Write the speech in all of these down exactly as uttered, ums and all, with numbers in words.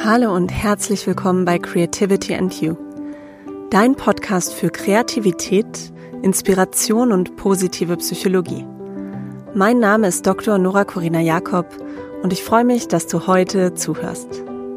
Hallo und herzlich willkommen bei Creativity and You, dein Podcast für Kreativität, Inspiration und positive Psychologie. Mein Name ist Doktor Nora Corina Jakob und ich freue mich, dass du heute zuhörst.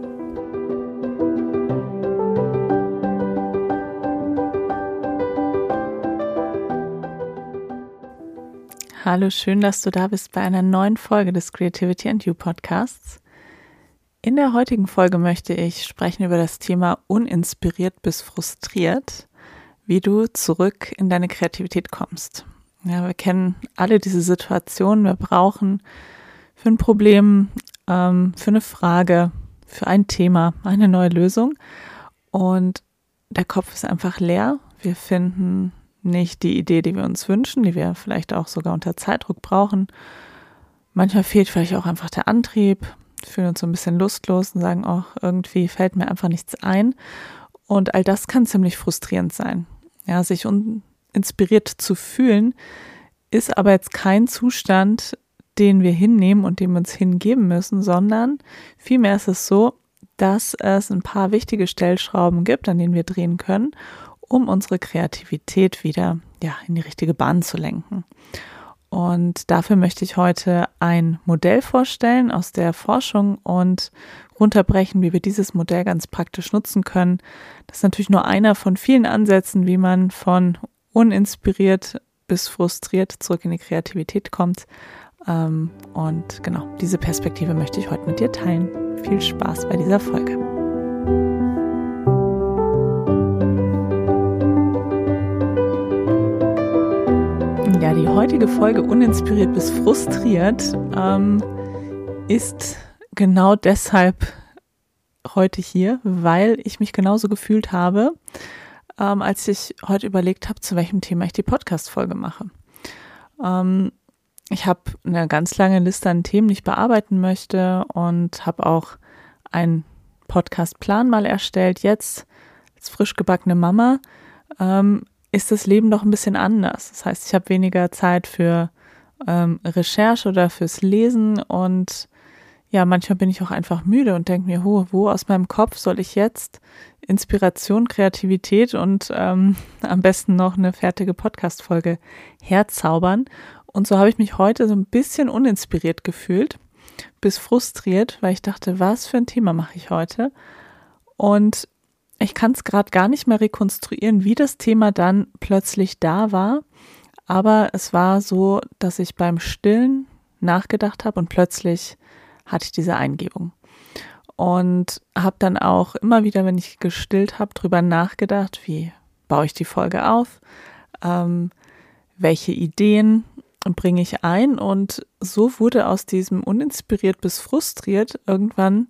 Hallo, schön, dass du da bist bei einer neuen Folge des Creativity and You Podcasts. In der heutigen Folge möchte ich sprechen über das Thema uninspiriert bis frustriert, wie du zurück in deine Kreativität kommst. Ja, wir kennen alle diese Situationen. Wir brauchen für ein Problem, ähm, für eine Frage, für ein Thema eine neue Lösung und der Kopf ist einfach leer. Wir finden nicht die Idee, die wir uns wünschen, die wir vielleicht auch sogar unter Zeitdruck brauchen. Manchmal fehlt vielleicht auch einfach der Antrieb. Fühlen uns so ein bisschen lustlos und sagen, auch irgendwie fällt mir einfach nichts ein. Und all das kann ziemlich frustrierend sein. Ja, sich uninspiriert zu fühlen, ist aber jetzt kein Zustand, den wir hinnehmen und dem wir uns hingeben müssen, sondern vielmehr ist es so, dass es ein paar wichtige Stellschrauben gibt, an denen wir drehen können, um unsere Kreativität wieder ja, in die richtige Bahn zu lenken. Und dafür möchte ich heute ein Modell vorstellen aus der Forschung und runterbrechen, wie wir dieses Modell ganz praktisch nutzen können. Das ist natürlich nur einer von vielen Ansätzen, wie man von uninspiriert bis frustriert zurück in die Kreativität kommt. Und genau, diese Perspektive möchte ich heute mit dir teilen. Viel Spaß bei dieser Folge. Ja, die heutige Folge uninspiriert bis frustriert ähm, ist genau deshalb heute hier, weil ich mich genauso gefühlt habe, ähm, als ich heute überlegt habe, zu welchem Thema ich die Podcast-Folge mache. Ähm, ich habe eine ganz lange Liste an Themen, die ich bearbeiten möchte und habe auch einen Podcast-Plan mal erstellt. Jetzt als frisch gebackene Mama ähm, ist das Leben doch ein bisschen anders. Das heißt, ich habe weniger Zeit für ähm, Recherche oder fürs Lesen und ja, manchmal bin ich auch einfach müde und denke mir, oh, wo aus meinem Kopf soll ich jetzt Inspiration, Kreativität und ähm, am besten noch eine fertige Podcast-Folge herzaubern. Und so habe ich mich heute so ein bisschen uninspiriert gefühlt, bis frustriert, weil ich dachte, was für ein Thema mache ich heute? Und ich kann es gerade gar nicht mehr rekonstruieren, wie das Thema dann plötzlich da war, aber es war so, dass ich beim Stillen nachgedacht habe und plötzlich hatte ich diese Eingebung und habe dann auch immer wieder, wenn ich gestillt habe, drüber nachgedacht, wie baue ich die Folge auf, ähm, welche Ideen bringe ich ein und so wurde aus diesem uninspiriert bis frustriert irgendwann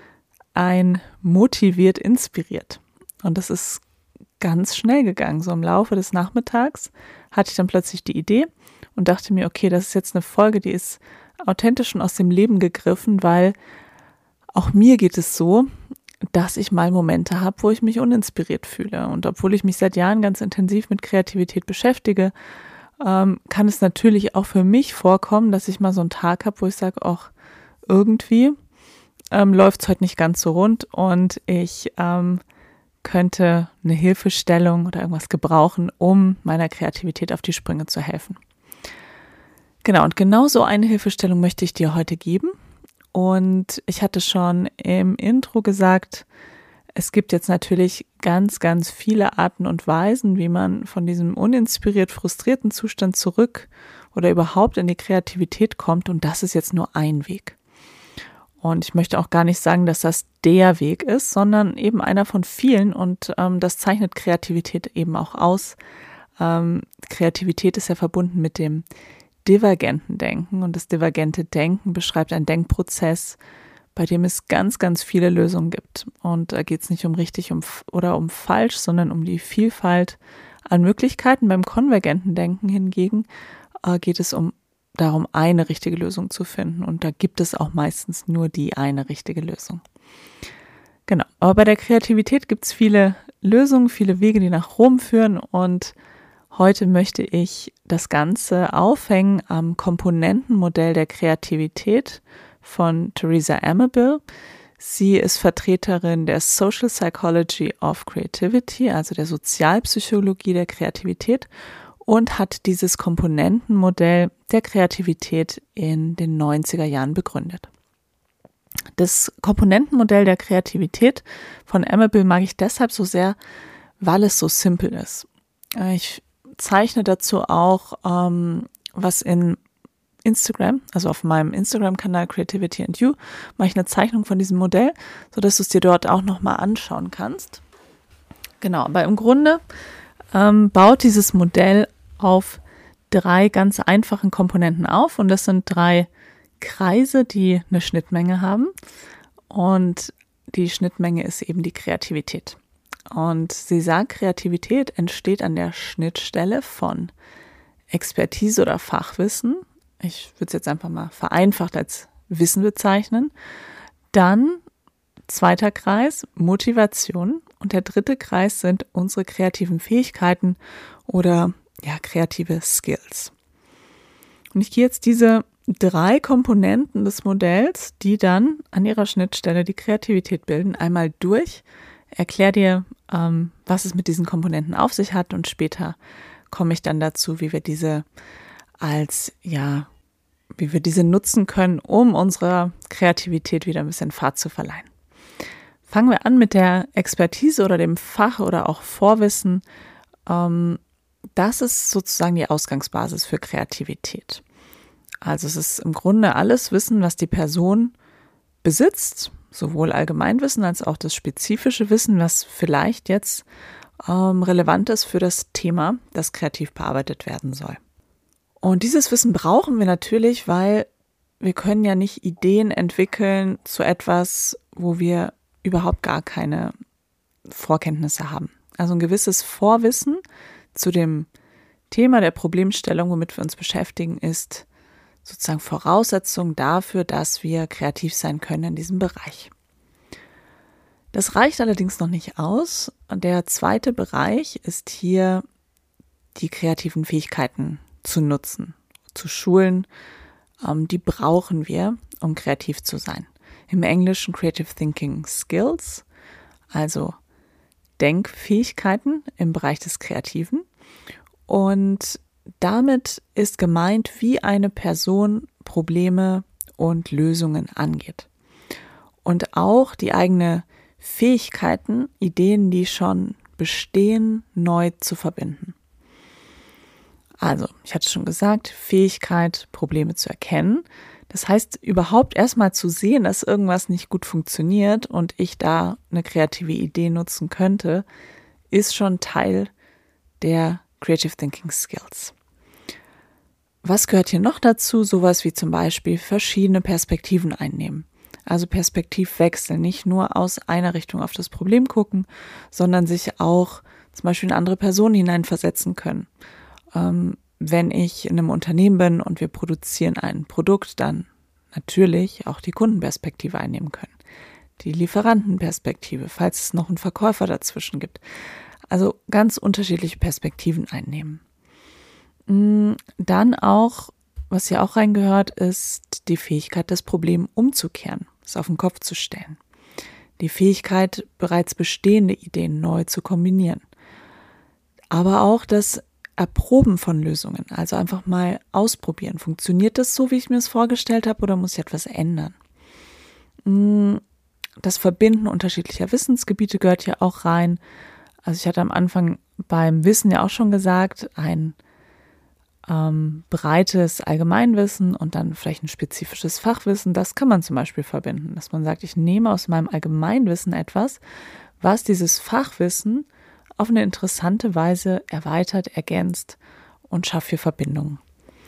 ein motiviert inspiriert. Und das ist ganz schnell gegangen. So im Laufe des Nachmittags hatte ich dann plötzlich die Idee und dachte mir, okay, das ist jetzt eine Folge, die ist authentisch und aus dem Leben gegriffen, weil auch mir geht es so, dass ich mal Momente habe, wo ich mich uninspiriert fühle. Und obwohl ich mich seit Jahren ganz intensiv mit Kreativität beschäftige, ähm, kann es natürlich auch für mich vorkommen, dass ich mal so einen Tag habe, wo ich sage, ach, irgendwie ähm, läuft es heute nicht ganz so rund und ich ähm, könnte eine Hilfestellung oder irgendwas gebrauchen, um meiner Kreativität auf die Sprünge zu helfen. Genau, und genau so eine Hilfestellung möchte ich dir heute geben. Und ich hatte schon im Intro gesagt, es gibt jetzt natürlich ganz, ganz viele Arten und Weisen, wie man von diesem uninspiriert frustrierten Zustand zurück oder überhaupt in die Kreativität kommt. Und das ist jetzt nur ein Weg. Und ich möchte auch gar nicht sagen, dass das der Weg ist, sondern eben einer von vielen und ähm, das zeichnet Kreativität eben auch aus. Ähm, Kreativität ist ja verbunden mit dem divergenten Denken und das divergente Denken beschreibt einen Denkprozess, bei dem es ganz, ganz viele Lösungen gibt. Und da geht es nicht um richtig um, oder um falsch, sondern um die Vielfalt an Möglichkeiten. Beim konvergenten Denken hingegen äh, geht es um darum, eine richtige Lösung zu finden. Und da gibt es auch meistens nur die eine richtige Lösung. Genau, aber bei der Kreativität gibt es viele Lösungen, viele Wege, die nach Rom führen. Und heute möchte ich das Ganze aufhängen am Komponentenmodell der Kreativität von Teresa Amabile. Sie ist Vertreterin der Social Psychology of Creativity, also der Sozialpsychologie der Kreativität, und hat dieses Komponentenmodell der Kreativität in den neunziger Jahren begründet. Das Komponentenmodell der Kreativität von Amable mag ich deshalb so sehr, weil es so simpel ist. Ich zeichne dazu auch ähm, was in Instagram, also auf meinem Instagram-Kanal Creativity and You, mache ich eine Zeichnung von diesem Modell, sodass du es dir dort auch nochmal anschauen kannst. Genau, aber im Grunde ähm, baut dieses Modell auf drei ganz einfachen Komponenten auf, und das sind drei Kreise, die eine Schnittmenge haben, und die Schnittmenge ist eben die Kreativität. Und sie sagt, Kreativität entsteht an der Schnittstelle von Expertise oder Fachwissen. Ich würde es jetzt einfach mal vereinfacht als Wissen bezeichnen. Dann zweiter Kreis, Motivation. Und der dritte Kreis sind unsere kreativen Fähigkeiten oder ja, kreative Skills. Und ich gehe jetzt diese drei Komponenten des Modells, die dann an ihrer Schnittstelle die Kreativität bilden, einmal durch. Erkläre dir, ähm, was es mit diesen Komponenten auf sich hat, und später komme ich dann dazu, wie wir diese als, ja, wie wir diese nutzen können, um unserer Kreativität wieder ein bisschen Fahrt zu verleihen. Fangen wir an mit der Expertise oder dem Fach oder auch Vorwissen. Ähm, das ist sozusagen die Ausgangsbasis für Kreativität. Also es ist im Grunde alles Wissen, was die Person besitzt, sowohl Allgemeinwissen als auch das spezifische Wissen, was vielleicht jetzt ähm, relevant ist für das Thema, das kreativ bearbeitet werden soll. Und dieses Wissen brauchen wir natürlich, weil wir können ja nicht Ideen entwickeln zu etwas, wo wir überhaupt gar keine Vorkenntnisse haben. Also ein gewisses Vorwissen zu dem Thema der Problemstellung, womit wir uns beschäftigen, ist sozusagen Voraussetzung dafür, dass wir kreativ sein können in diesem Bereich. Das reicht allerdings noch nicht aus. Der zweite Bereich ist hier, die kreativen Fähigkeiten zu nutzen, zu schulen. Ähm, die brauchen wir, um kreativ zu sein. Im Englischen Creative Thinking Skills, also Denkfähigkeiten im Bereich des Kreativen. Und damit ist gemeint, wie eine Person Probleme und Lösungen angeht. Und auch die eigene Fähigkeiten, Ideen, die schon bestehen, neu zu verbinden. Also, ich hatte schon gesagt, Fähigkeit, Probleme zu erkennen. Das heißt, überhaupt erstmal zu sehen, dass irgendwas nicht gut funktioniert und ich da eine kreative Idee nutzen könnte, ist schon Teil der Creative Thinking Skills. Was gehört hier noch dazu? Sowas wie zum Beispiel verschiedene Perspektiven einnehmen. Also Perspektivwechsel, nicht nur aus einer Richtung auf das Problem gucken, sondern sich auch zum Beispiel in andere Personen hineinversetzen können. Ähm, wenn ich in einem Unternehmen bin und wir produzieren ein Produkt, dann natürlich auch die Kundenperspektive einnehmen können. Die Lieferantenperspektive, falls es noch einen Verkäufer dazwischen gibt. Also ganz unterschiedliche Perspektiven einnehmen. Dann auch, was hier auch reingehört, ist die Fähigkeit, das Problem umzukehren, es auf den Kopf zu stellen. Die Fähigkeit, bereits bestehende Ideen neu zu kombinieren. Aber auch das Erproben von Lösungen, also einfach mal ausprobieren. Funktioniert das so, wie ich mir es vorgestellt habe, oder muss ich etwas ändern? Das Verbinden unterschiedlicher Wissensgebiete gehört hier auch rein. Also ich hatte am Anfang beim Wissen ja auch schon gesagt, ein ähm, breites Allgemeinwissen und dann vielleicht ein spezifisches Fachwissen, das kann man zum Beispiel verbinden, dass man sagt, ich nehme aus meinem Allgemeinwissen etwas, was dieses Fachwissen auf eine interessante Weise erweitert, ergänzt und schafft für Verbindungen.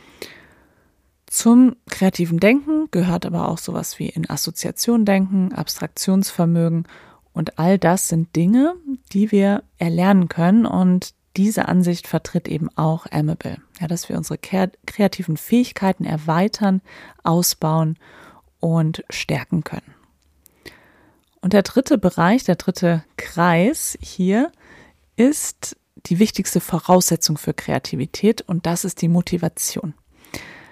Zum kreativen Denken gehört aber auch sowas wie in Assoziation denken, Abstraktionsvermögen, und all das sind Dinge, die wir erlernen können, und diese Ansicht vertritt eben auch Amable, ja, dass wir unsere kreativen Fähigkeiten erweitern, ausbauen und stärken können. Und der dritte Bereich, der dritte Kreis hier ist die wichtigste Voraussetzung für Kreativität, und das ist die Motivation.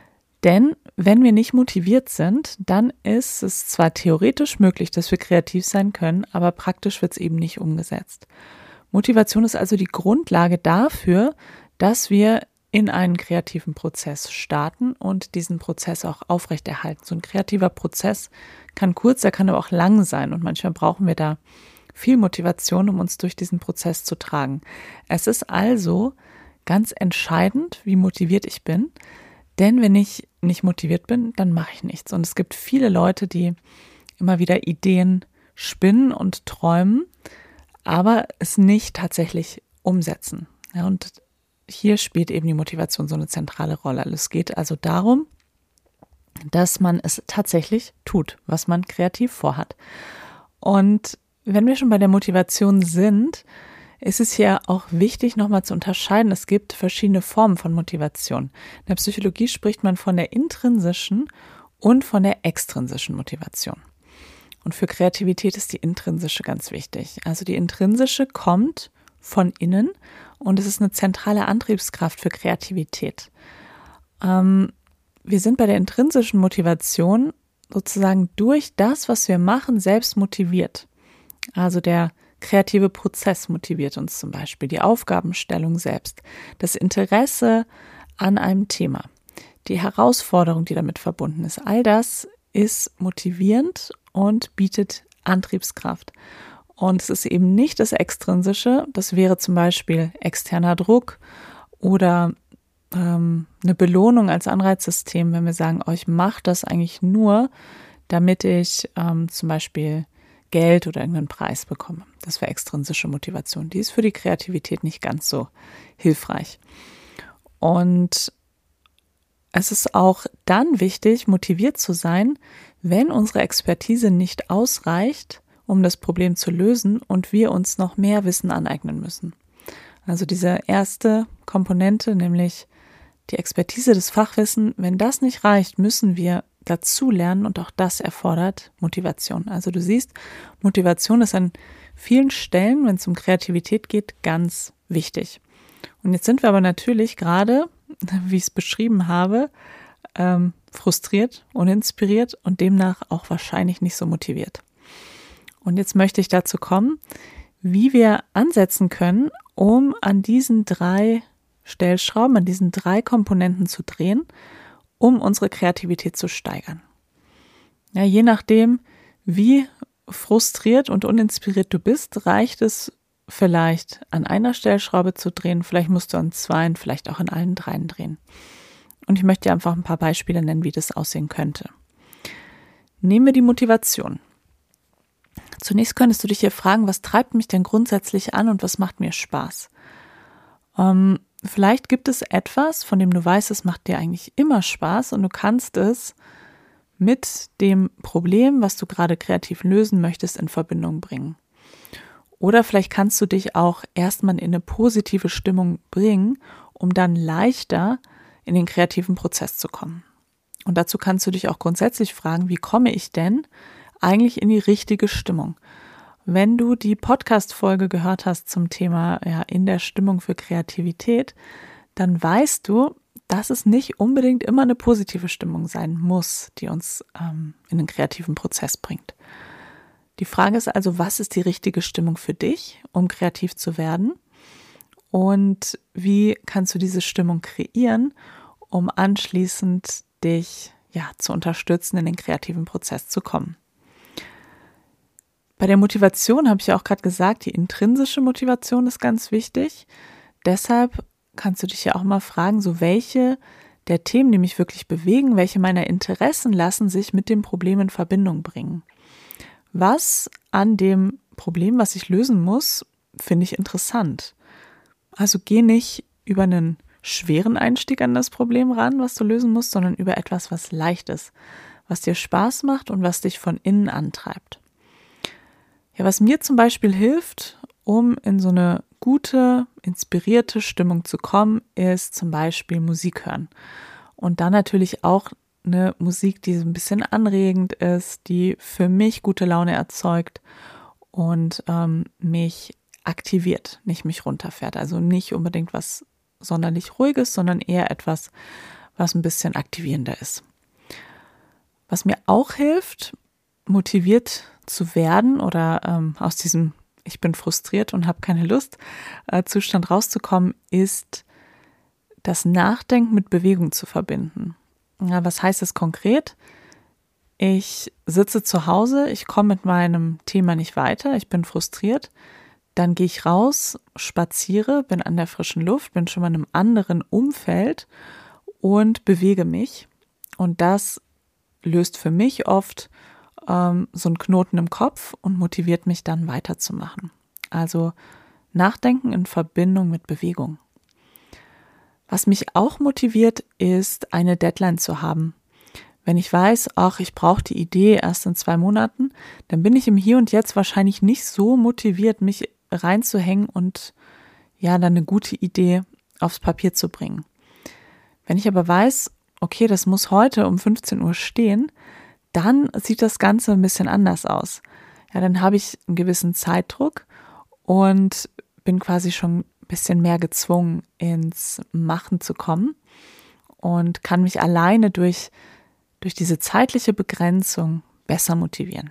Denn wenn wir nicht motiviert sind, dann ist es zwar theoretisch möglich, dass wir kreativ sein können, aber praktisch wird es eben nicht umgesetzt. Motivation ist also die Grundlage dafür, dass wir in einen kreativen Prozess starten und diesen Prozess auch aufrechterhalten. So ein kreativer Prozess kann kurz, er kann aber auch lang sein und manchmal brauchen wir da viel Motivation, um uns durch diesen Prozess zu tragen. Es ist also ganz entscheidend, wie motiviert ich bin, denn wenn ich nicht motiviert bin, dann mache ich nichts. Und es gibt viele Leute, die immer wieder Ideen spinnen und träumen, aber es nicht tatsächlich umsetzen. Ja, und hier spielt eben die Motivation so eine zentrale Rolle. Es geht also darum, dass man es tatsächlich tut, was man kreativ vorhat. Und wenn wir schon bei der Motivation sind, ist es hier auch wichtig, nochmal zu unterscheiden. Es gibt verschiedene Formen von Motivation. In der Psychologie spricht man von der intrinsischen und von der extrinsischen Motivation. Und für Kreativität ist die intrinsische ganz wichtig. Also die intrinsische kommt von innen und es ist eine zentrale Antriebskraft für Kreativität. Ähm, wir sind bei der intrinsischen Motivation sozusagen durch das, was wir machen, selbst motiviert. Also der kreative Prozess motiviert uns zum Beispiel, die Aufgabenstellung selbst, das Interesse an einem Thema, die Herausforderung, die damit verbunden ist. All das ist motivierend und bietet Antriebskraft. Und es ist eben nicht das Extrinsische, das wäre zum Beispiel externer Druck oder ähm, eine Belohnung als Anreizsystem, wenn wir sagen, oh, ich mache das eigentlich nur, damit ich ähm, zum Beispiel Geld oder irgendeinen Preis bekomme. Das wäre extrinsische Motivation. Die ist für die Kreativität nicht ganz so hilfreich. Und es ist auch dann wichtig, motiviert zu sein, wenn unsere Expertise nicht ausreicht, um das Problem zu lösen und wir uns noch mehr Wissen aneignen müssen. Also diese erste Komponente, nämlich die Expertise, das Fachwissen, wenn das nicht reicht, müssen wir dazu lernen und auch das erfordert Motivation. Also du siehst, Motivation ist an vielen Stellen, wenn es um Kreativität geht, ganz wichtig. Und jetzt sind wir aber natürlich gerade, wie ich es beschrieben habe, ähm, frustriert, uninspiriert und demnach auch wahrscheinlich nicht so motiviert. Und jetzt möchte ich dazu kommen, wie wir ansetzen können, um an diesen drei Stellschrauben, an diesen drei Komponenten zu drehen, um unsere Kreativität zu steigern. Ja, je nachdem, wie frustriert und uninspiriert du bist, reicht es vielleicht an einer Stellschraube zu drehen, vielleicht musst du an zweien, vielleicht auch an allen dreien drehen. Und ich möchte dir einfach ein paar Beispiele nennen, wie das aussehen könnte. Nehmen wir die Motivation. Zunächst könntest du dich hier fragen, was treibt mich denn grundsätzlich an und was macht mir Spaß? Ähm, vielleicht gibt es etwas, von dem du weißt, es macht dir eigentlich immer Spaß und du kannst es mit dem Problem, was du gerade kreativ lösen möchtest, in Verbindung bringen. Oder vielleicht kannst du dich auch erstmal in eine positive Stimmung bringen, um dann leichter in den kreativen Prozess zu kommen. Und dazu kannst du dich auch grundsätzlich fragen, wie komme ich denn eigentlich in die richtige Stimmung? Wenn du die Podcast-Folge gehört hast zum Thema ja, in der Stimmung für Kreativität, dann weißt du, dass es nicht unbedingt immer eine positive Stimmung sein muss, die uns ähm, in den kreativen Prozess bringt. Die Frage ist also, was ist die richtige Stimmung für dich, um kreativ zu werden? Und wie kannst du diese Stimmung kreieren, um anschließend dich ja, zu unterstützen, in den kreativen Prozess zu kommen? Bei der Motivation habe ich ja auch gerade gesagt, die intrinsische Motivation ist ganz wichtig. Deshalb kannst du dich ja auch mal fragen, so welche der Themen, die mich wirklich bewegen, welche meiner Interessen lassen sich mit dem Problem in Verbindung bringen. Was an dem Problem, was ich lösen muss, finde ich interessant. Also geh nicht über einen schweren Einstieg an das Problem ran, was du lösen musst, sondern über etwas, was leicht ist, was dir Spaß macht und was dich von innen antreibt. Ja, was mir zum Beispiel hilft, um in so eine gute, inspirierte Stimmung zu kommen, ist zum Beispiel Musik hören. Und dann natürlich auch eine Musik, die so ein bisschen anregend ist, die für mich gute Laune erzeugt und ähm, mich aktiviert, nicht mich runterfährt. Also nicht unbedingt was sonderlich Ruhiges, sondern eher etwas, was ein bisschen aktivierender ist. Was mir auch hilft, motiviert zu werden oder ähm, aus diesem Ich bin frustriert und habe keine Lust äh, Zustand rauszukommen, ist das Nachdenken mit Bewegung zu verbinden. Ja, was heißt das konkret? Ich sitze zu Hause, ich komme mit meinem Thema nicht weiter, ich bin frustriert. Dann gehe ich raus, spaziere, bin an der frischen Luft, bin schon mal in einem anderen Umfeld und bewege mich. Und das löst für mich oft ähm, so einen Knoten im Kopf und motiviert mich dann weiterzumachen. Also Nachdenken in Verbindung mit Bewegung. Was mich auch motiviert, ist eine Deadline zu haben. Wenn ich weiß, ach, ich brauche die Idee erst in zwei Monaten, dann bin ich im Hier und Jetzt wahrscheinlich nicht so motiviert, mich reinzuhängen und ja, dann eine gute Idee aufs Papier zu bringen. Wenn ich aber weiß, okay, das muss heute um fünfzehn Uhr stehen, dann sieht das Ganze ein bisschen anders aus. Ja, dann habe ich einen gewissen Zeitdruck und bin quasi schon ein bisschen mehr gezwungen, ins Machen zu kommen und kann mich alleine durch, durch diese zeitliche Begrenzung besser motivieren.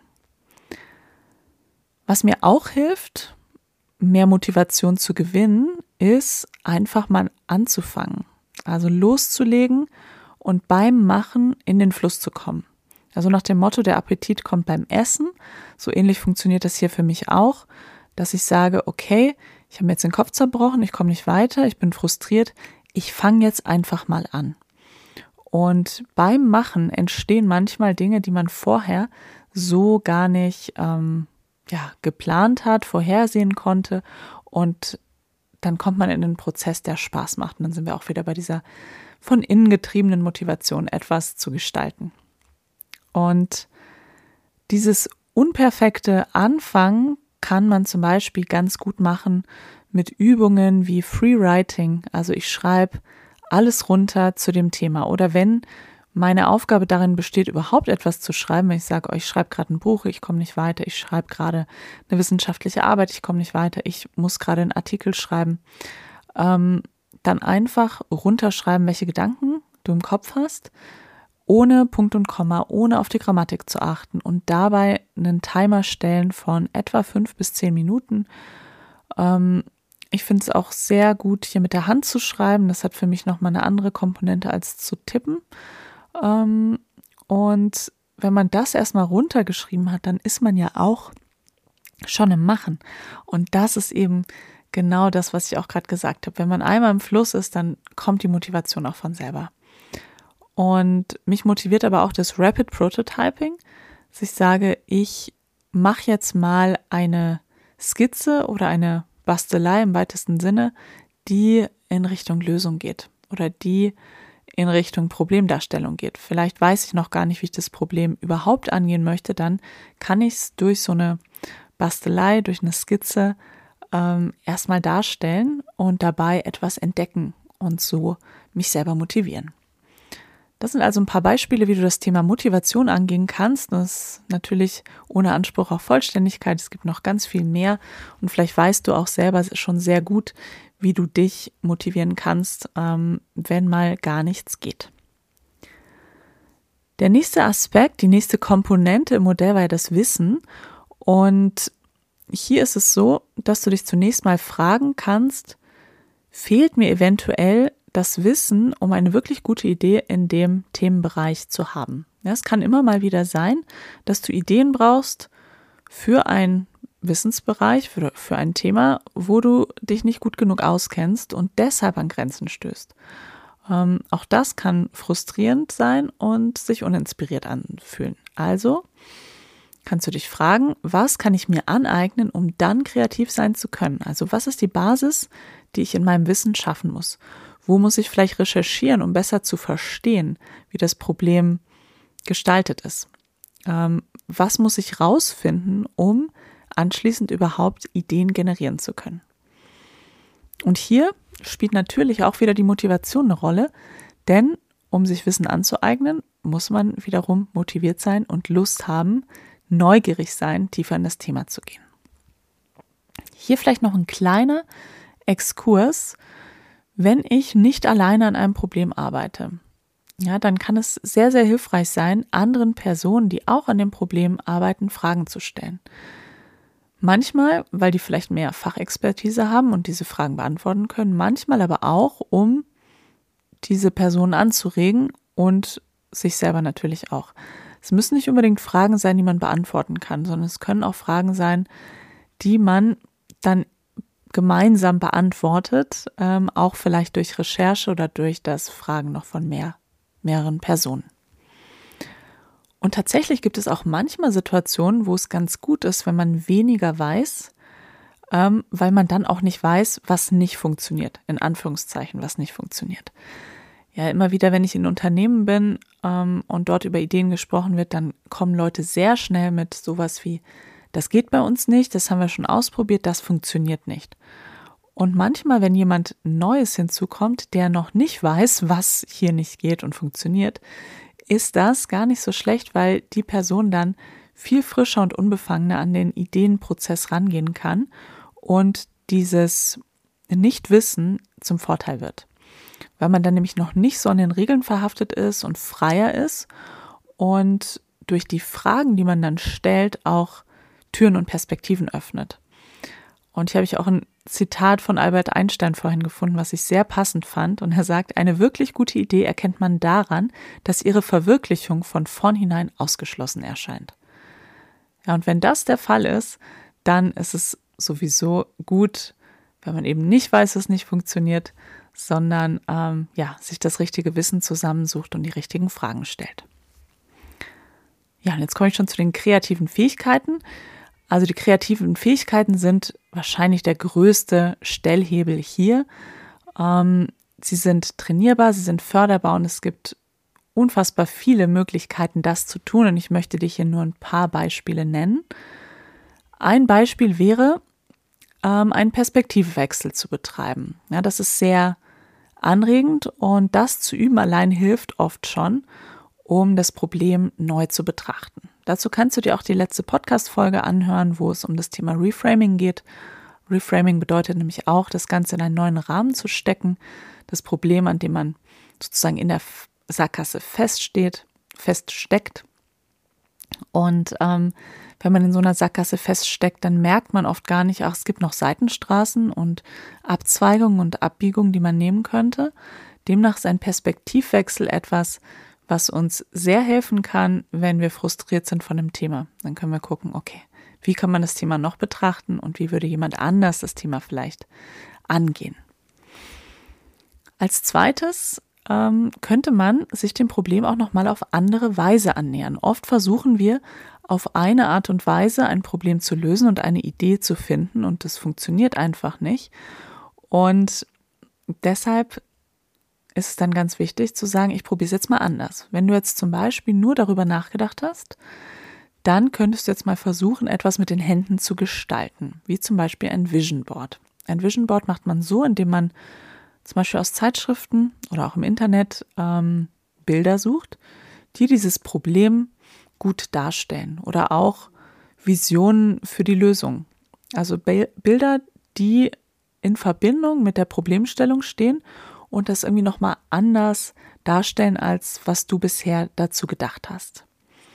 Was mir auch hilft, mehr Motivation zu gewinnen, ist einfach mal anzufangen. Also loszulegen und beim Machen in den Fluss zu kommen. Also nach dem Motto, der Appetit kommt beim Essen. So ähnlich funktioniert das hier für mich auch, dass ich sage, okay, ich habe mir jetzt den Kopf zerbrochen, ich komme nicht weiter, ich bin frustriert, ich fange jetzt einfach mal an. Und beim Machen entstehen manchmal Dinge, die man vorher so gar nicht ähm, ja, geplant hat, vorhersehen konnte, und dann kommt man in den Prozess, der Spaß macht. Und dann sind wir auch wieder bei dieser von innen getriebenen Motivation, etwas zu gestalten. Und dieses unperfekte Anfangen kann man zum Beispiel ganz gut machen mit Übungen wie Freewriting. Also ich schreibe alles runter zu dem Thema. Oder wenn meine Aufgabe darin besteht, überhaupt etwas zu schreiben, wenn ich sage, oh, ich schreibe gerade ein Buch, ich komme nicht weiter, ich schreibe gerade eine wissenschaftliche Arbeit, ich komme nicht weiter, ich muss gerade einen Artikel schreiben, ähm, dann einfach runterschreiben, welche Gedanken du im Kopf hast, ohne Punkt und Komma, ohne auf die Grammatik zu achten und dabei einen Timer stellen von etwa fünf bis zehn Minuten. Ähm, ich finde es auch sehr gut, hier mit der Hand zu schreiben. Das hat für mich nochmal eine andere Komponente als zu tippen. Ähm, und wenn man das erstmal runtergeschrieben hat, dann ist man ja auch schon im Machen. Und das ist eben genau das, was ich auch gerade gesagt habe. Wenn man einmal im Fluss ist, dann kommt die Motivation auch von selber. Und mich motiviert aber auch das Rapid Prototyping, dass ich sage, ich mache jetzt mal eine Skizze oder eine Bastelei im weitesten Sinne, die in Richtung Lösung geht oder die in Richtung Problemdarstellung geht. Vielleicht weiß ich noch gar nicht, wie ich das Problem überhaupt angehen möchte, dann kann ich es durch so eine Bastelei, durch eine Skizze ähm, erstmal darstellen und dabei etwas entdecken und so mich selber motivieren. Das sind also ein paar Beispiele, wie du das Thema Motivation angehen kannst. Das ist natürlich ohne Anspruch auf Vollständigkeit. Es gibt noch ganz viel mehr und vielleicht weißt du auch selber schon sehr gut, wie du dich motivieren kannst, ähm, wenn mal gar nichts geht. Der nächste Aspekt, die nächste Komponente im Modell war ja das Wissen. Und hier ist es so, dass du dich zunächst mal fragen kannst, fehlt mir eventuell das Wissen, um eine wirklich gute Idee in dem Themenbereich zu haben. Ja, es kann immer mal wieder sein, dass du Ideen brauchst für einen Wissensbereich, für, für ein Thema, wo du dich nicht gut genug auskennst und deshalb an Grenzen stößt. Ähm, auch das kann frustrierend sein und sich uninspiriert anfühlen. Also kannst du dich fragen, was kann ich mir aneignen, um dann kreativ sein zu können? Also was ist die Basis, die ich in meinem Wissen schaffen muss? Wo muss ich vielleicht recherchieren, um besser zu verstehen, wie das Problem gestaltet ist? Ähm, was muss ich rausfinden, um anschließend überhaupt Ideen generieren zu können? Und hier spielt natürlich auch wieder die Motivation eine Rolle, denn um sich Wissen anzueignen, muss man wiederum motiviert sein und Lust haben, neugierig sein, tiefer in das Thema zu gehen. Hier vielleicht noch ein kleiner Exkurs. Wenn ich nicht alleine an einem Problem arbeite, ja, dann kann es sehr, sehr hilfreich sein, anderen Personen, die auch an dem Problem arbeiten, Fragen zu stellen. Manchmal, weil die vielleicht mehr Fachexpertise haben und diese Fragen beantworten können, manchmal aber auch, um diese Personen anzuregen und sich selber natürlich auch. Es müssen nicht unbedingt Fragen sein, die man beantworten kann, sondern es können auch Fragen sein, die man dann gemeinsam beantwortet, ähm, auch vielleicht durch Recherche oder durch das Fragen noch von mehr, mehreren Personen. Und tatsächlich gibt es auch manchmal Situationen, wo es ganz gut ist, wenn man weniger weiß, ähm, weil man dann auch nicht weiß, was nicht funktioniert, in Anführungszeichen, was nicht funktioniert. Ja, immer wieder, wenn ich in Unternehmen bin ähm, und dort über Ideen gesprochen wird, dann kommen Leute sehr schnell mit sowas wie, das geht bei uns nicht, das haben wir schon ausprobiert, das funktioniert nicht. Und manchmal, wenn jemand Neues hinzukommt, der noch nicht weiß, was hier nicht geht und funktioniert, ist das gar nicht so schlecht, weil die Person dann viel frischer und unbefangener an den Ideenprozess rangehen kann und dieses Nichtwissen zum Vorteil wird. Weil man dann nämlich noch nicht so an den Regeln verhaftet ist und freier ist und durch die Fragen, die man dann stellt, auch Türen und Perspektiven öffnet. Und hier habe ich auch ein Zitat von Albert Einstein vorhin gefunden, was ich sehr passend fand. Und er sagt, eine wirklich gute Idee erkennt man daran, dass ihre Verwirklichung von vornherein ausgeschlossen erscheint. Ja, und wenn das der Fall ist, dann ist es sowieso gut, wenn man eben nicht weiß, dass es nicht funktioniert, sondern ähm, ja, sich das richtige Wissen zusammensucht und die richtigen Fragen stellt. Ja, und jetzt komme ich schon zu den kreativen Fähigkeiten. Also die kreativen Fähigkeiten sind wahrscheinlich der größte Stellhebel hier. Ähm, sie sind trainierbar, sie sind förderbar und es gibt unfassbar viele Möglichkeiten, das zu tun. Und ich möchte dir hier nur ein paar Beispiele nennen. Ein Beispiel wäre, ähm, einen Perspektivwechsel zu betreiben. Ja, das ist sehr anregend und das zu üben allein hilft oft schon, um das Problem neu zu betrachten. Dazu kannst du dir auch die letzte Podcast-Folge anhören, wo es um das Thema Reframing geht. Reframing bedeutet nämlich auch, das Ganze in einen neuen Rahmen zu stecken. Das Problem, an dem man sozusagen in der Sackgasse feststeht, feststeckt. Und ähm, wenn man in so einer Sackgasse feststeckt, dann merkt man oft gar nicht, ach, es gibt noch Seitenstraßen und Abzweigungen und Abbiegungen, die man nehmen könnte. Demnach ist ein Perspektivwechsel etwas, was uns sehr helfen kann, wenn wir frustriert sind von dem Thema. Dann können wir gucken, okay, wie kann man das Thema noch betrachten und wie würde jemand anders das Thema vielleicht angehen. Als zweites ähm, könnte man sich dem Problem auch nochmal auf andere Weise annähern. Oft versuchen wir auf eine Art und Weise ein Problem zu lösen und eine Idee zu finden und das funktioniert einfach nicht. Und deshalb ist es dann ganz wichtig zu sagen, ich probiere es jetzt mal anders. Wenn du jetzt zum Beispiel nur darüber nachgedacht hast, dann könntest du jetzt mal versuchen, etwas mit den Händen zu gestalten, wie zum Beispiel ein Vision Board. Ein Vision Board macht man so, indem man zum Beispiel aus Zeitschriften oder auch im Internet ähm, Bilder sucht, die dieses Problem gut darstellen oder auch Visionen für die Lösung. Also Be- Bilder, die in Verbindung mit der Problemstellung stehen und das irgendwie nochmal anders darstellen, als was du bisher dazu gedacht hast.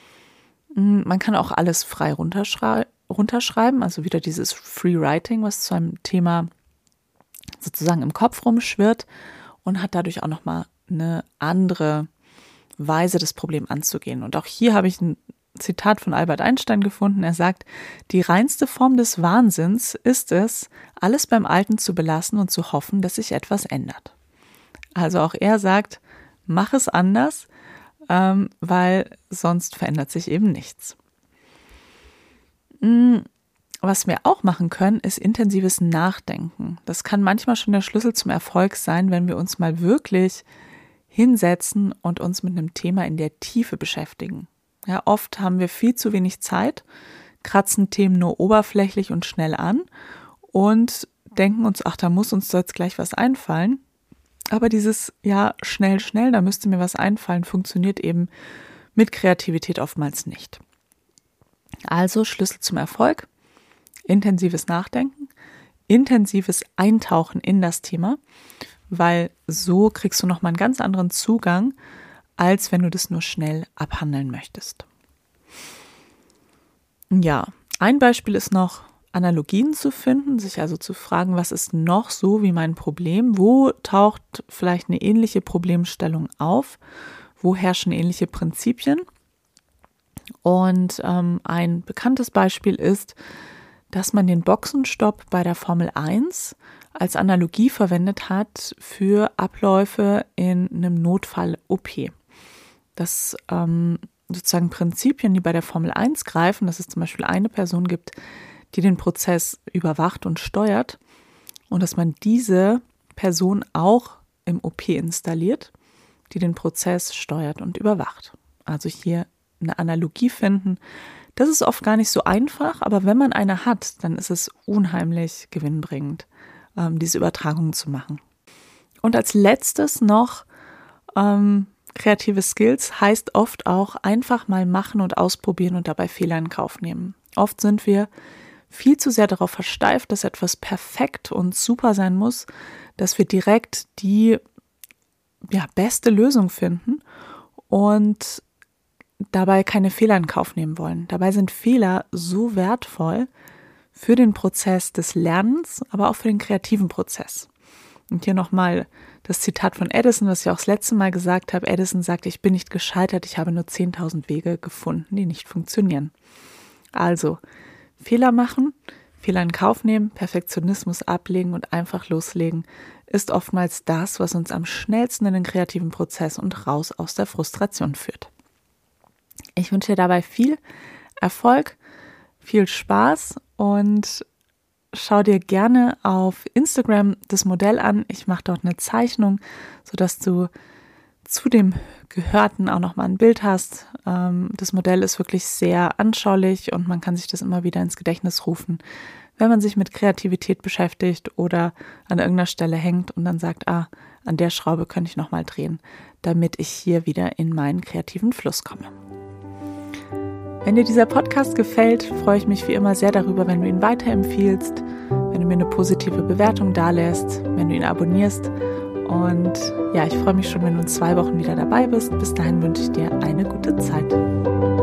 Man kann auch alles frei runterschrei- runterschreiben, also wieder dieses Free Writing, was zu einem Thema sozusagen im Kopf rumschwirrt und hat dadurch auch nochmal eine andere Weise, das Problem anzugehen. Und auch hier habe ich ein Zitat von Albert Einstein gefunden. Er sagt, die reinste Form des Wahnsinns ist es, alles beim Alten zu belassen und zu hoffen, dass sich etwas ändert. Also auch er sagt, mach es anders, ähm, weil sonst verändert sich eben nichts. Was wir auch machen können, ist intensives Nachdenken. Das kann manchmal schon der Schlüssel zum Erfolg sein, wenn wir uns mal wirklich hinsetzen und uns mit einem Thema in der Tiefe beschäftigen. Ja, oft haben wir viel zu wenig Zeit, kratzen Themen nur oberflächlich und schnell an und denken uns, ach, da muss uns jetzt gleich was einfallen. Aber dieses, ja, schnell, schnell, da müsste mir was einfallen, funktioniert eben mit Kreativität oftmals nicht. Also Schlüssel zum Erfolg, intensives Nachdenken, intensives Eintauchen in das Thema, weil so kriegst du nochmal einen ganz anderen Zugang als wenn du das nur schnell abhandeln möchtest. Ja, ein Beispiel ist noch, Analogien zu finden, sich also zu fragen, was ist noch so wie mein Problem? Wo taucht vielleicht eine ähnliche Problemstellung auf? Wo herrschen ähnliche Prinzipien? Und ähm, ein bekanntes Beispiel ist, dass man den Boxenstopp bei der Formel eins als Analogie verwendet hat für Abläufe in einem Notfall-O P. Das ähm, sozusagen Prinzipien, die bei der Formel eins greifen, dass es zum Beispiel eine Person gibt, die den Prozess überwacht und steuert und dass man diese Person auch im O P installiert, die den Prozess steuert und überwacht. Also hier eine Analogie finden. Das ist oft gar nicht so einfach, aber wenn man eine hat, dann ist es unheimlich gewinnbringend, ähm, diese Übertragung zu machen. Und als letztes noch, ähm, kreative Skills heißt oft auch einfach mal machen und ausprobieren und dabei Fehler in Kauf nehmen. Oft sind wir viel zu sehr darauf versteift, dass etwas perfekt und super sein muss, dass wir direkt die ja, beste Lösung finden und dabei keine Fehler in Kauf nehmen wollen. Dabei sind Fehler so wertvoll für den Prozess des Lernens, aber auch für den kreativen Prozess. Und hier nochmal das Zitat von Edison, was ich auch das letzte Mal gesagt habe. Edison sagte, ich bin nicht gescheitert, ich habe nur zehntausend Wege gefunden, die nicht funktionieren. Also, Fehler machen, Fehler in Kauf nehmen, Perfektionismus ablegen und einfach loslegen ist oftmals das, was uns am schnellsten in den kreativen Prozess und raus aus der Frustration führt. Ich wünsche dir dabei viel Erfolg, viel Spaß und schau dir gerne auf Instagram das Modell an. Ich mache dort eine Zeichnung, sodass du zu dem Gehörten auch nochmal ein Bild hast. Das Modell ist wirklich sehr anschaulich und man kann sich das immer wieder ins Gedächtnis rufen, wenn man sich mit Kreativität beschäftigt oder an irgendeiner Stelle hängt und dann sagt, ah, an der Schraube könnte ich nochmal drehen, damit ich hier wieder in meinen kreativen Fluss komme. Wenn dir dieser Podcast gefällt, freue ich mich wie immer sehr darüber, wenn du ihn weiterempfiehlst, wenn du mir eine positive Bewertung dalässt, wenn du ihn abonnierst. Und ja, ich freue mich schon, wenn du in zwei Wochen wieder dabei bist. Bis dahin wünsche ich dir eine gute Zeit.